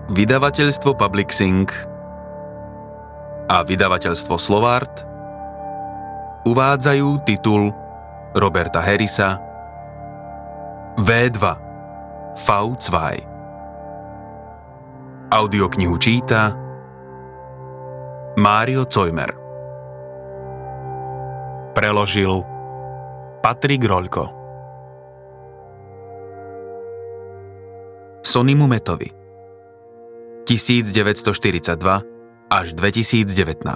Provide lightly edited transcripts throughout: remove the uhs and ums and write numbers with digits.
Vydavateľstvo Publixing a vydavateľstvo Slovart uvádzajú titul Roberta Harrisa V2 V2. Audioknihu číta Mário Cojmer. Preložil Patrik Roľko. Sonimu Metovi 1942 až 2019.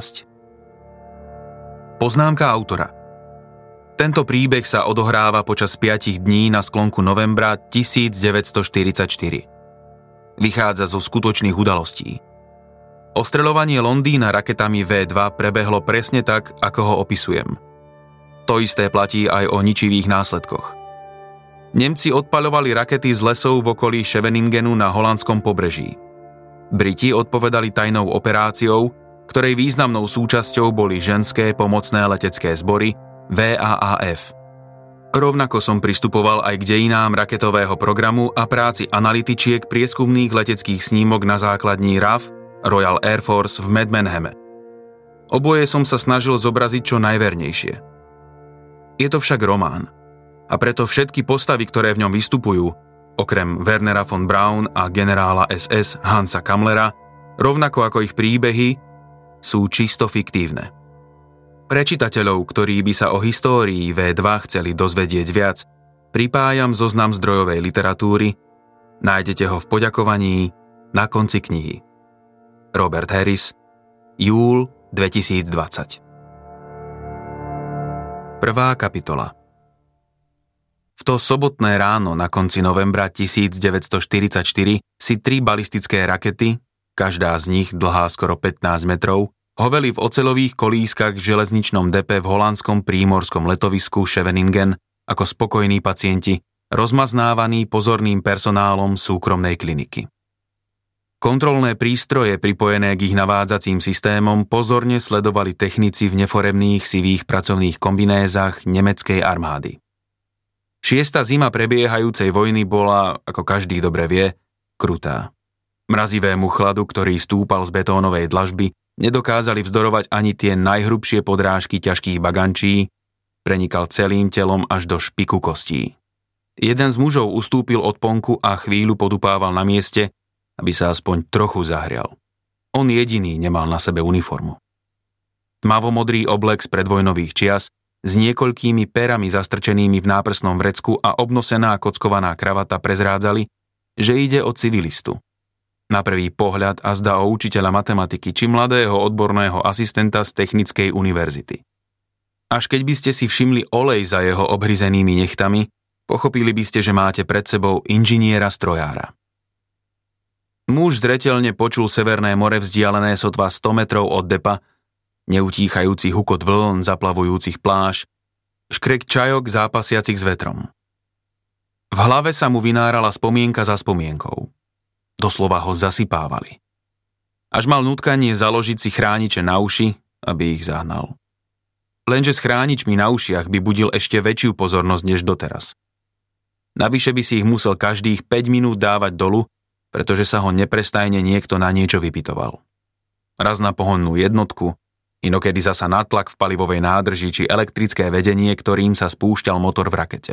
Poznámka autora. Tento príbeh sa odohráva počas 5 dní na sklonku novembra 1944. Vychádza zo skutočných udalostí. Ostreľovanie Londýna raketami V2 prebehlo presne tak, ako ho opisujem. To isté platí aj o ničivých následkoch. Nemci odpaľovali rakety z lesov v okolí Scheveningenu na holandskom pobreží. Briti odpovedali tajnou operáciou, ktorej významnou súčasťou boli ženské pomocné letecké zbory VAAF. Rovnako som pristupoval aj k dejinám raketového programu a práci analytičiek prieskumných leteckých snímok na základni RAF Royal Air Force v Medmenhame. Oboje som sa snažil zobraziť čo najvernejšie. Je to však román, a preto všetky postavy, ktoré v ňom vystupujú, okrem Wernera von Braun a generála SS Hansa Kammlera, rovnako ako ich príbehy, sú čisto fiktívne. Pre čitateľov, ktorí by sa o histórii V2 chceli dozvedieť viac, pripájam zoznam zdrojovej literatúry, nájdete ho v poďakovaní na konci knihy. Robert Harris, júl 2020. Prvá kapitola. V to sobotné ráno na konci novembra 1944 si 3 balistické rakety, každá z nich dlhá skoro 15 metrov, hoveli v oceľových kolískach v železničnom depe v holandskom prímorskom letovisku Scheveningen ako spokojní pacienti, rozmaznávaní pozorným personálom súkromnej kliniky. Kontrolné prístroje pripojené k ich navádzacím systémom pozorne sledovali technici v neforemných sivých pracovných kombinézach nemeckej armády. 6. zima prebiehajúcej vojny bola, ako každý dobre vie, krutá. Mrazivému chladu, ktorý stúpal z betónovej dlažby, nedokázali vzdorovať ani tie najhrubšie podrážky ťažkých bagančí, prenikal celým telom až do špiku kostí. Jeden z mužov ustúpil od ponku a chvíľu podupával na mieste, aby sa aspoň trochu zahrial. On jediný nemal na sebe uniformu. Tmavomodrý oblek z predvojnových čias s niekoľkými perami zastrčenými v náprsnom vrecku a obnosená kockovaná kravata prezrádzali, že ide o civilistu. Na prvý pohľad azda o učiteľa matematiky či mladého odborného asistenta z Technickej univerzity. Až keď by ste si všimli olej za jeho obhryzenými nechtami, pochopili by ste, že máte pred sebou inžiniera strojára. Muž zreteľne počul Severné more vzdialené sotva 100 metrov od depa, neutíchajúci hukot vln zaplavujúcich pláž, škrek čajok zápasiacich s vetrom. V hlave sa mu vynárala spomienka za spomienkou. Doslova ho zasypávali. Až mal nutkanie založiť si chrániče na uši, aby ich zahnal. Lenže s chráničmi na ušiach by budil ešte väčšiu pozornosť než doteraz. Navyše by si ich musel každých 5 minút dávať dolu, pretože sa ho neprestajne niekto na niečo vypytoval. Raz na pohonnú jednotku, inokedy zasa nátlak v palivovej nádrži či elektrické vedenie, ktorým sa spúšťal motor v rakete.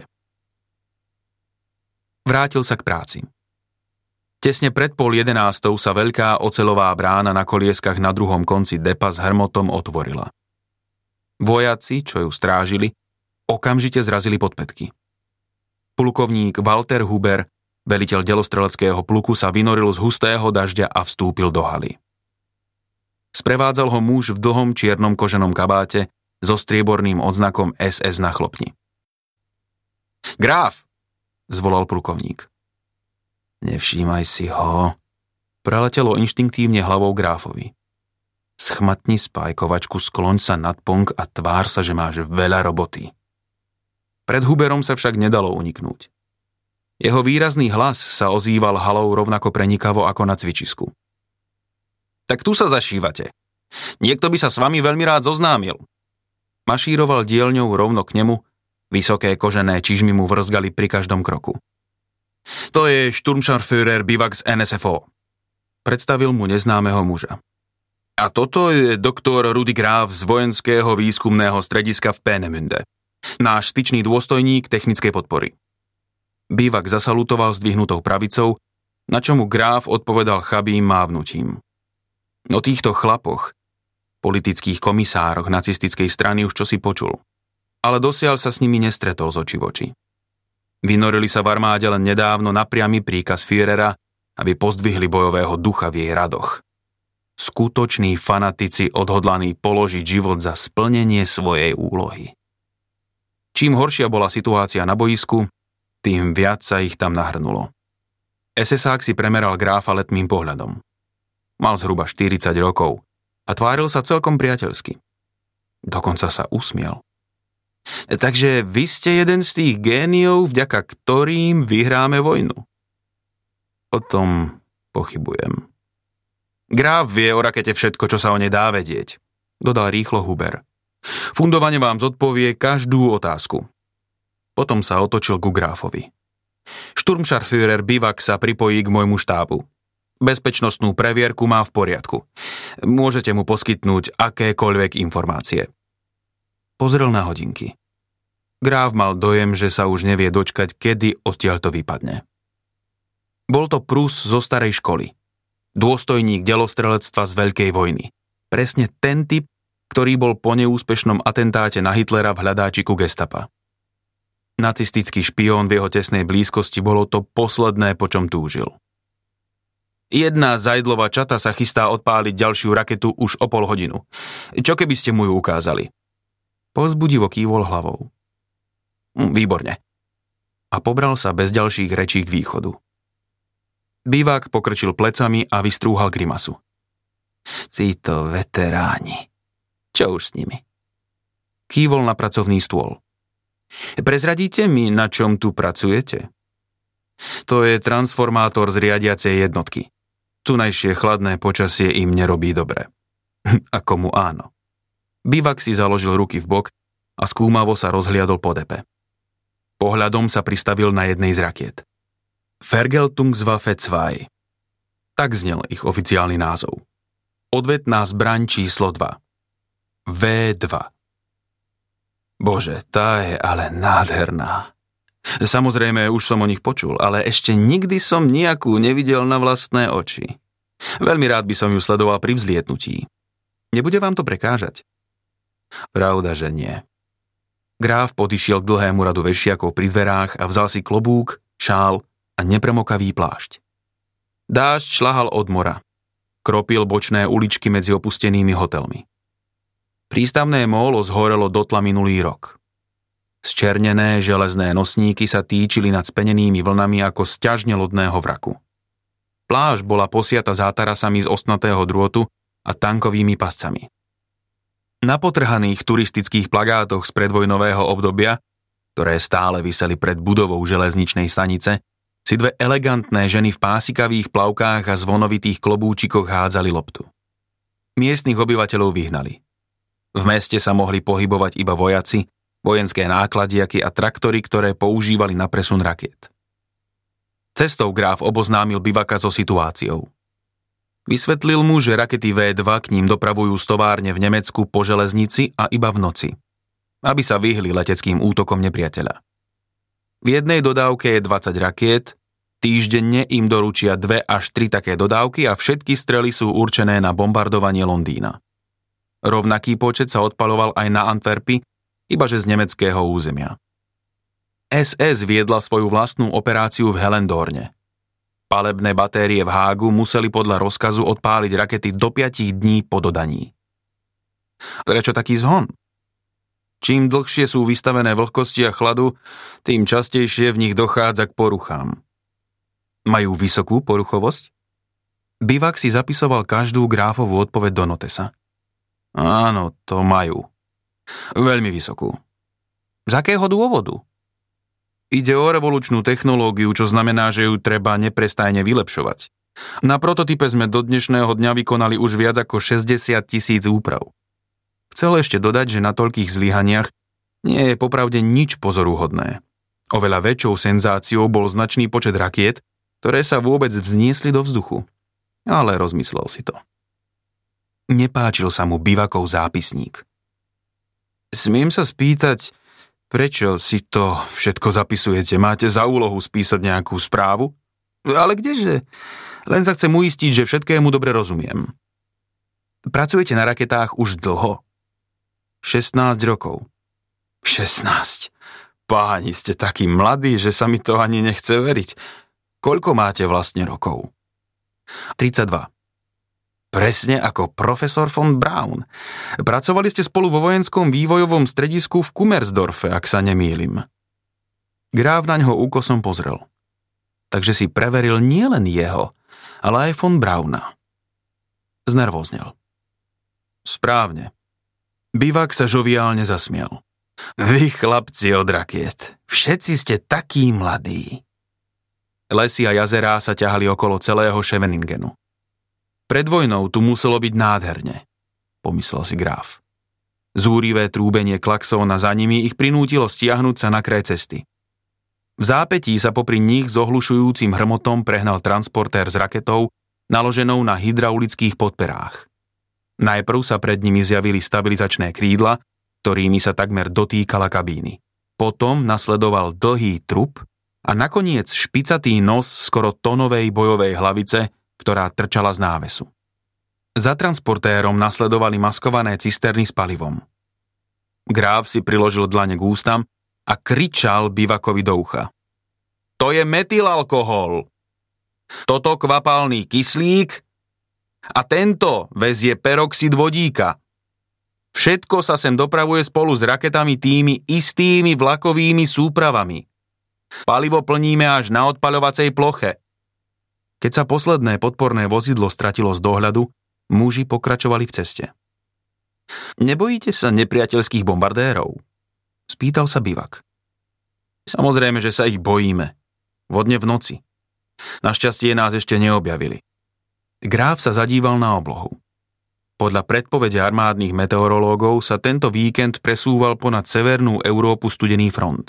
Vrátil sa k práci. Tesne pred 10:30 sa veľká oceľová brána na kolieskach na druhom konci depa s hrmotom otvorila. Vojaci, čo ju strážili, okamžite zrazili podpätky. Plukovník Walter Huber, veliteľ delostreleckého pluku, sa vynoril z hustého dažďa a vstúpil do haly. Sprevádzal ho muž v dlhom čiernom koženom kabáte so strieborným odznakom SS na chlopni. Gráf, zvolal plukovník. Nevšímaj si ho, preletelo inštinktívne hlavou gráfovi. Schmatni spájkovačku, skloň sa nad ponk a tvár sa, že máš veľa roboty. Pred Huberom sa však nedalo uniknúť. Jeho výrazný hlas sa ozýval halou rovnako prenikavo ako na cvičisku. Tak tu sa zašívate. Niekto by sa s vami veľmi rád zoznámil. Mašíroval dielňou rovno k nemu, vysoké kožené čižmy mu vrzgali pri každom kroku. To je Sturmscharführer Bivax NSFO. Predstavil mu neznámeho muža. A toto je doktor Rudi Graf z vojenského výskumného strediska v Peenemünde. Náš styčný dôstojník technickej podpory. Bývak zasalutoval zdvihnutou pravicou, na čomu Graf odpovedal chabým mávnutím. O týchto chlapoch, politických komisároch nacistickej strany už čosi počul, ale dosiaľ sa s nimi nestretol z očí v oči. Vynorili sa v armáde len nedávno na priamy príkaz Führera, aby pozdvihli bojového ducha v jej radoch. Skutoční fanatici odhodlaní položiť život za splnenie svojej úlohy. Čím horšia bola situácia na boisku, tým viac sa ich tam nahrnulo. SS-ák si premeral Gráfa letmým pohľadom. Mal zhruba 40 rokov a tváril sa celkom priateľsky. Dokonca sa usmiel. Takže vy ste jeden z tých géniov, vďaka ktorým vyhráme vojnu? O tom pochybujem. Graf vie o rakete všetko, čo sa o nej dá vedieť, dodal rýchlo Huber. Fundovanie vám zodpovie každú otázku. Potom sa otočil ku Grafovi. Sturmscharführer Bivak sa pripojí k môjmu štábu. Bezpečnostnú previerku má v poriadku. Môžete mu poskytnúť akékoľvek informácie. Pozrel na hodinky. Graf mal dojem, že sa už nevie dočkať, kedy odtiaľto vypadne. Bol to Prus zo starej školy. Dôstojník delostrelectva z Veľkej vojny. Presne ten typ, ktorý bol po neúspešnom atentáte na Hitlera v hľadáčiku gestapa. Nacistický špión v jeho tesnej blízkosti bolo to posledné, po čom túžil. Jedna zajdlová čata sa chystá odpáliť ďalšiu raketu už o pol hodinu. Čo keby ste mu ju ukázali? Povzbudivo kývol hlavou. Výborne. A pobral sa bez ďalších rečí k východu. Bývak pokrčil plecami a vystrúhal grimasu. Títo veteráni. Čo už s nimi? Kývol na pracovný stôl. Prezradíte mi, na čom tu pracujete? To je transformátor z riadiacej jednotky. Tunajšie chladné počasie im nerobí dobre. A komu áno? Bývak si založil ruky v bok a skúmavo sa rozhliadol po depe. Pohľadom sa pristavil na jednej z rakiet. Vergeltungswaffe 2. Tak znel ich oficiálny názov. Odvetná zbraň číslo 2. V2. Bože, tá je ale nádherná. Samozrejme, už som o nich počul, ale ešte nikdy som nejakú nevidel na vlastné oči. Veľmi rád by som ju sledoval pri vzlietnutí. Nebude vám to prekážať? Pravda, že nie. Graf podišiel k dlhému radu vešiakov pri dverách a vzal si klobúk, šál a nepremokavý plášť. Dážď šľahal od mora. Kropil bočné uličky medzi opustenými hotelmi. Prístavné mólo zhorelo dotla minulý rok. Zčernené železné nosníky sa týčili nad spenenými vlnami ako sťažne lodného vraku. Pláž bola posiata zátarasami z ostnatého drôtu a tankovými pascami. Na potrhaných turistických plagátoch z predvojnového obdobia, ktoré stále viseli pred budovou železničnej stanice, si dve elegantné ženy v pásikavých plavkách a zvonovitých klobúčikoch hádzali loptu. Miestnych obyvateľov vyhnali. V meste sa mohli pohybovať iba vojaci, vojenské nákladiaky a traktory, ktoré používali na presun rakiet. Cestou Graf oboznámil Bivaka so situáciou. Vysvetlil mu, že rakety V2 k ním dopravujú z továrne v Nemecku po železnici a iba v noci, aby sa vyhli leteckým útokom nepriateľa. V jednej dodávke je 20 rakiet, týždenne im doručia 2 až 3 také dodávky a všetky strely sú určené na bombardovanie Londýna. Rovnaký počet sa odpaľoval aj na Antwerpy, ibaže z nemeckého územia. SS viedla svoju vlastnú operáciu v Helendorne. Palebné batérie v Hágu museli podľa rozkazu odpáliť rakety do 5 dní po dodaní. Prečo taký zhon? Čím dlhšie sú vystavené vlhkosti a chladu, tým častejšie v nich dochádza k poruchám. Majú vysokú poruchovosť? Bivak si zapisoval každú Grafovú odpoveď do notesa. Áno, to majú. Veľmi vysokú. Z akého dôvodu? Ide o revolučnú technológiu, čo znamená, že ju treba neprestajne vylepšovať. Na prototype sme do dnešného dňa vykonali už viac ako 60 000 úprav. Chcel ešte dodať, že na toľkých zlyhaniach nie je popravde nič pozoruhodné. Oveľa väčšou senzáciou bol značný počet rakiet, ktoré sa vôbec vzniesli do vzduchu. ale rozmyslel si to. Nepáčil sa mu Bivakov zápisník. Smiem sa spýtať, prečo si to všetko zapisujete? Máte za úlohu spísať nejakú správu? Ale kdeže? Len sa chcem uistiť, že všetkému dobre rozumiem. Pracujete na raketách už dlho? 16 rokov. 16. Páni, ste takí mladí, že sa mi to ani nechce veriť. Koľko máte vlastne rokov? 32. Presne ako profesor von Braun. Pracovali ste spolu vo vojenskom vývojovom stredisku v Kummersdorfe, ak sa nemýlim. Gráf naňho úkosom pozrel. Takže si preveril nielen jeho, ale aj von Brauna. Znervoznel. Správne. Bivak sa žoviálne zasmial. Vy, chlapci od rakiet, všetci ste takí mladí. Lesy a jazerá sa ťahali okolo celého Scheveningenu. Pred vojnou tu muselo byť nádherne, pomyslel si Gráf. Zúrivé trúbenie klaxóna za nimi ich prinútilo stiahnuť sa na kraj cesty. V zápätí sa popri nich s ohlušujúcim hrmotom prehnal transportér s raketou, naloženou na hydraulických podperách. Najprv sa pred nimi zjavili stabilizačné krídla, ktorými sa takmer dotýkala kabíny. Potom nasledoval dlhý trup a nakoniec špicatý nos skoro tonovej bojovej hlavice, ktorá trčala z návesu. Za transportérom nasledovali maskované cisterny s palivom. Gráf si priložil dlane k ústam a kričal Bivakovi do ucha. To je metylalkohol! Toto kvapalný kyslík a tento vezie peroxid vodíka. Všetko sa sem dopravuje spolu s raketami tými istými vlakovými súpravami. Palivo plníme až na odpaľovacej ploche. Keď sa posledné podporné vozidlo stratilo z dohľadu, muži pokračovali v ceste. Nebojíte sa nepriateľských bombardérov? Spýtal sa Bivak. Samozrejme, že sa ich bojíme. Vodne v noci. Našťastie nás ešte neobjavili. Gráf sa zadíval na oblohu. Podľa predpovede armádnych meteorológov sa tento víkend presúval ponad severnú Európu studený front.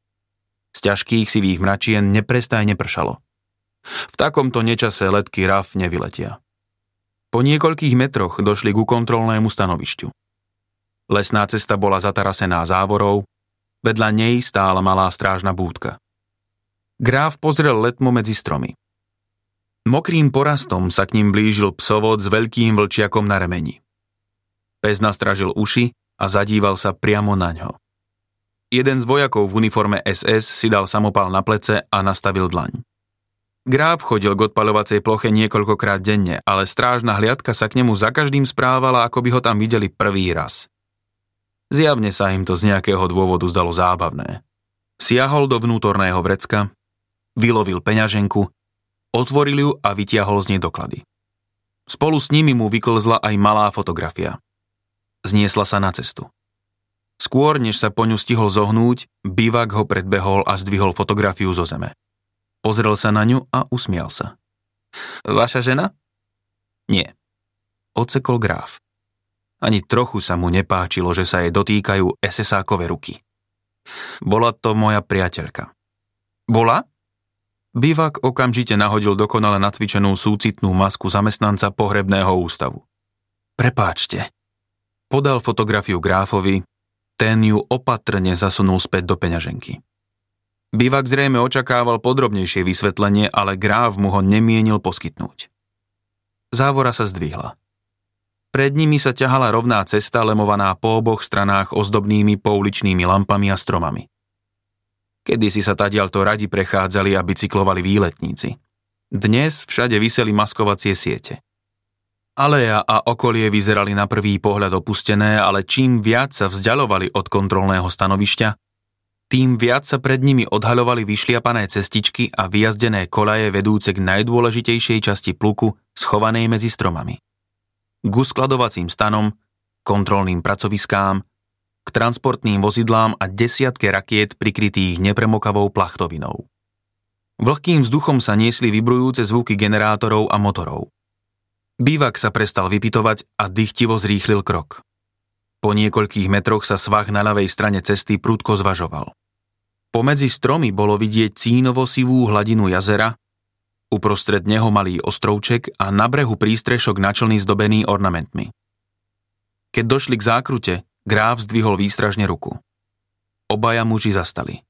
Z ťažkých sivých mračien neprestajne pršalo. V takomto nečase letky RAF nevyletia. Po niekoľkých metroch došli ku kontrolnému stanovišťu. Lesná cesta bola zatarasená závorou, vedľa nej stála malá strážna búdka. Gráf pozrel letmo medzi stromy. Mokrým porastom sa k ním blížil psovod s veľkým vlčiakom na remeni. Pes nastražil uši a zadíval sa priamo na ňo. Jeden z vojakov v uniforme SS si dal samopal na plece a nastavil dlaň. Gráf chodil k odpaľovacej ploche niekoľkokrát denne, ale strážna hliadka sa k nemu za každým správala, ako by ho tam videli prvý raz. Zjavne sa im to z nejakého dôvodu zdalo zábavné. Siahol do vnútorného vrecka, vylovil peňaženku, otvoril ju a vytiahol z nej doklady. Spolu s nimi mu vyklzla aj malá fotografia. Zniesla sa na cestu. Skôr, než sa po ňu stihol zohnúť, Bivak ho predbehol a zdvihol fotografiu zo zeme. Pozrel sa na ňu a usmial sa. Vaša žena? Nie. Odsekol Gráf. Ani trochu sa mu nepáčilo, že sa jej dotýkajú SS-ákové ruky. Bola to moja priateľka. Bola? Bivak okamžite nahodil dokonale nacvičenú súcitnú masku zamestnanca pohrebného ústavu. Prepáčte. Podal fotografiu Gráfovi, ten ju opatrne zasunul späť do peňaženky. Bivak zrejme očakával podrobnejšie vysvetlenie, ale Gráf mu ho nemienil poskytnúť. Závora sa zdvihla. Pred nimi sa ťahala rovná cesta, lemovaná po oboch stranách ozdobnými pouličnými lampami a stromami. Kedysi sa tadiaľto radi prechádzali a bicyklovali výletníci. Dnes všade viseli maskovacie siete. Aleja a okolie vyzerali na prvý pohľad opustené, ale čím viac sa vzdialovali od kontrolného stanovišťa, tým viac sa pred nimi odhaľovali vyšliapané cestičky a vyjazdené kolaje vedúce k najdôležitejšej časti pluku, schovanej medzi stromami. K uskladovacím stanom, kontrolným pracoviskám, k transportným vozidlám a desiatke rakiet prikrytých nepremokavou plachtovinou. Vlhkým vzduchom sa niesli vibrujúce zvuky generátorov a motorov. Bivak sa prestal vypytovať a dychtivo zrýchlil krok. Po niekoľkých metroch sa svah na ľavej strane cesty prudko zvažoval. Pomedzi stromy bolo vidieť cínovo-sivú hladinu jazera, Uprostred neho malý ostrovček a na brehu prístrešok načlný zdobený ornamentmi. Keď došli k zákrute, Gráf zdvihol výstražne ruku. Obaja muži zastali.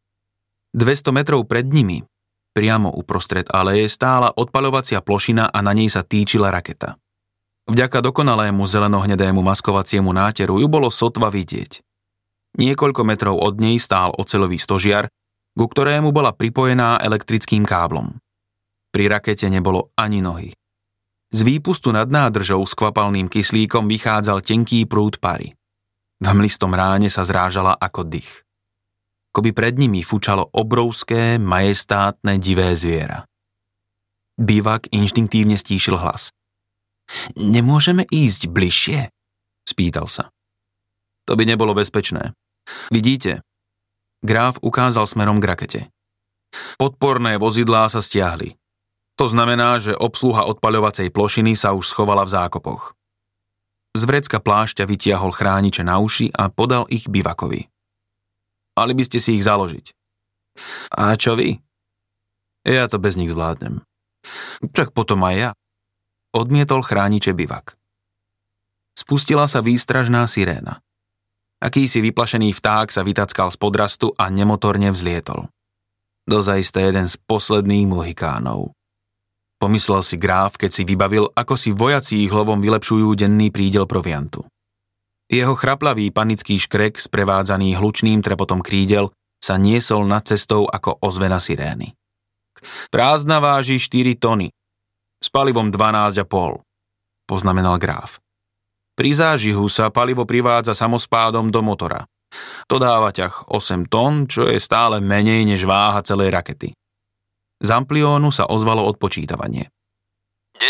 200 metrov pred nimi, priamo uprostred aleje, stála odpaľovacia plošina a na nej sa týčila raketa. Vďaka dokonalému zelenohnedému maskovaciemu náteru ju bolo sotva vidieť. Niekoľko metrov od nej stál oceľový stožiar, ku ktorému bola pripojená elektrickým káblom. Pri rakete nebolo ani nohy. Z výpustu nad nádržou s kvapalným kyslíkom vychádzal tenký prúd pary. V hmlistom ráne sa zrážala ako dych. Koby pred nimi fučalo obrovské, majestátne, divé zviera. Bivak inštinktívne stíšil hlas. Nemôžeme ísť bližšie? Spýtal sa. To by nebolo bezpečné. Vidíte? Gráf ukázal smerom k rakete. Podporné vozidlá sa stiahli. To znamená, že obsluha odpaľovacej plošiny sa už schovala v zákopoch. Z vrecka plášťa vytiahol chrániče na uši a podal ich Bivakovi. Mali by ste si ich založiť. A čo vy? Ja to bez nich zvládnem. Čak potom aj ja. Odmietol chrániče Bivak. Spustila sa výstražná siréna. Akýsi vyplašený vták sa vytackal z podrastu a nemotorne vzlietol. Dozajisté jeden z posledných mohikánov. Pomyslel si Gráf, keď si vybavil, ako si vojaci ich lovom vylepšujú denný prídel proviantu. Jeho chraplavý panický škrek, sprevádzaný hlučným trepotom krídel, sa niesol nad cestou ako ozvena sirény. Prázdna váži 4 tony. S palivom 12,5, poznamenal Gráf. Pri zážihu sa palivo privádza samospádom do motora. To dáva ťah 8 tón, čo je stále menej než váha celej rakety. Z ampliónu sa ozvalo odpočítavanie. 10,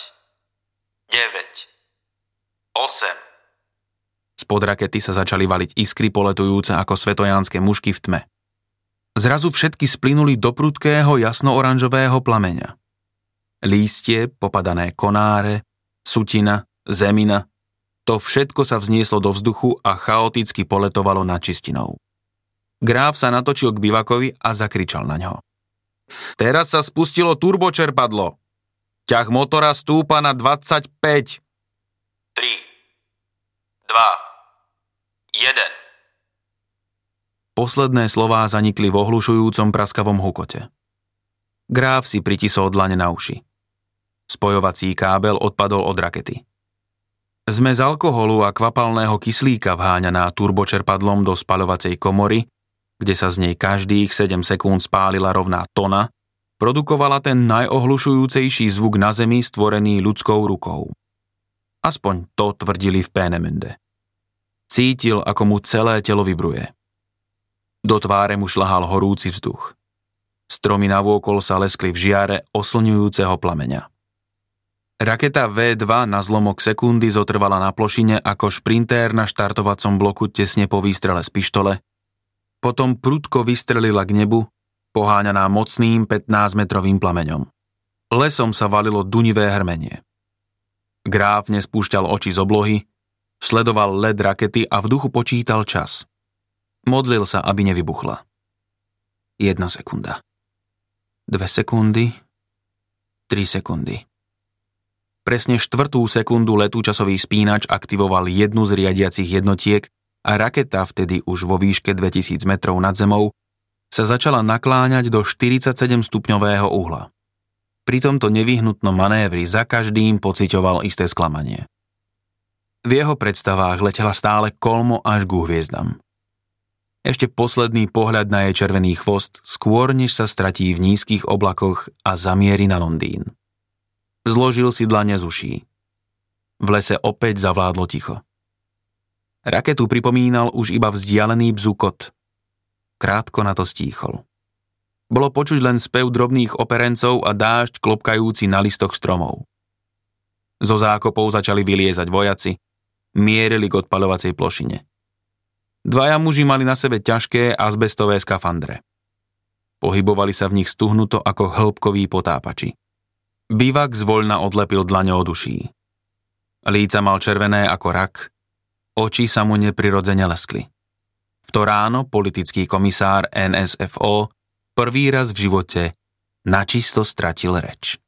9, 8. Spod rakety sa začali valiť iskry poletujúce ako svetojánske mušky v tme. Zrazu všetky splynuli do prudkého jasno-oranžového plameňa. Lístie, popadané konáre, sutina, zemina, to všetko sa vznieslo do vzduchu a chaoticky poletovalo nad čistinou. Gráf sa natočil k Bivakovi a zakričal na ňo. Teraz sa spustilo turbočerpadlo. Ťah motora stúpa na 25. 3, 2, 1. Posledné slová zanikli v ohlušujúcom praskavom hukote. Gráf si pritisol dlane na uši. Spojovací kábel odpadol od rakety. Zmes alkoholu a kvapalného kyslíka vháňaná turbočerpadlom do spaľovacej komory, kde sa z nej každých 7 sekúnd spálila rovná tona, produkovala ten najohlušujúcejší zvuk na zemi stvorený ľudskou rukou. Aspoň to tvrdili v Peenemünde. Cítil, ako mu celé telo vibruje. Do tváre mu šľahal horúci vzduch. Stromy navôkol sa leskli v žiare oslňujúceho plameňa. Raketa V2 na zlomok sekundy zotrvala na plošine ako šprintér na štartovacom bloku tesne po výstrele z pištole, potom prudko vystrelila k nebu, poháňaná mocným 15-metrovým plameňom. Lesom sa valilo dunivé hrmenie. Gráf nespúšťal oči z oblohy, sledoval led rakety a v duchu počítal čas. Modlil sa, aby nevybuchla. 1 sekunda. 2 sekundy. 3 sekundy. Presne 4. sekundu letu časový spínač aktivoval jednu z riadiacich jednotiek a raketa, vtedy už vo výške 2000 metrov nad zemou, sa začala nakláňať do 47-stupňového uhla. Pri tomto nevyhnutnom manévri za každým pociťoval isté sklamanie. V jeho predstavách letela stále kolmo až ku hviezdam. Ešte posledný pohľad na jej červený chvost, skôr než sa stratí v nízkych oblakoch a zamierí na Londýn. Zložil si dlane z uší. V lese opäť zavládlo ticho. Raketu pripomínal už iba vzdialený bzukot. Krátko na to stíchol. Bolo počuť len spev drobných operencov a dážď klopkajúci na listoch stromov. Zo zákopov začali vyliezať vojaci, mierili k odpaľovacej plošine. 2 muži mali na sebe ťažké azbestové skafandre. Pohybovali sa v nich stuhnuto ako hĺbkoví potápači. Bivak zvoľna odlepil dlane od uší. Líca mal červené ako rak, oči sa mu neprirodzene leskli. V to ráno politický komisár NSFO prvý raz v živote načisto stratil reč.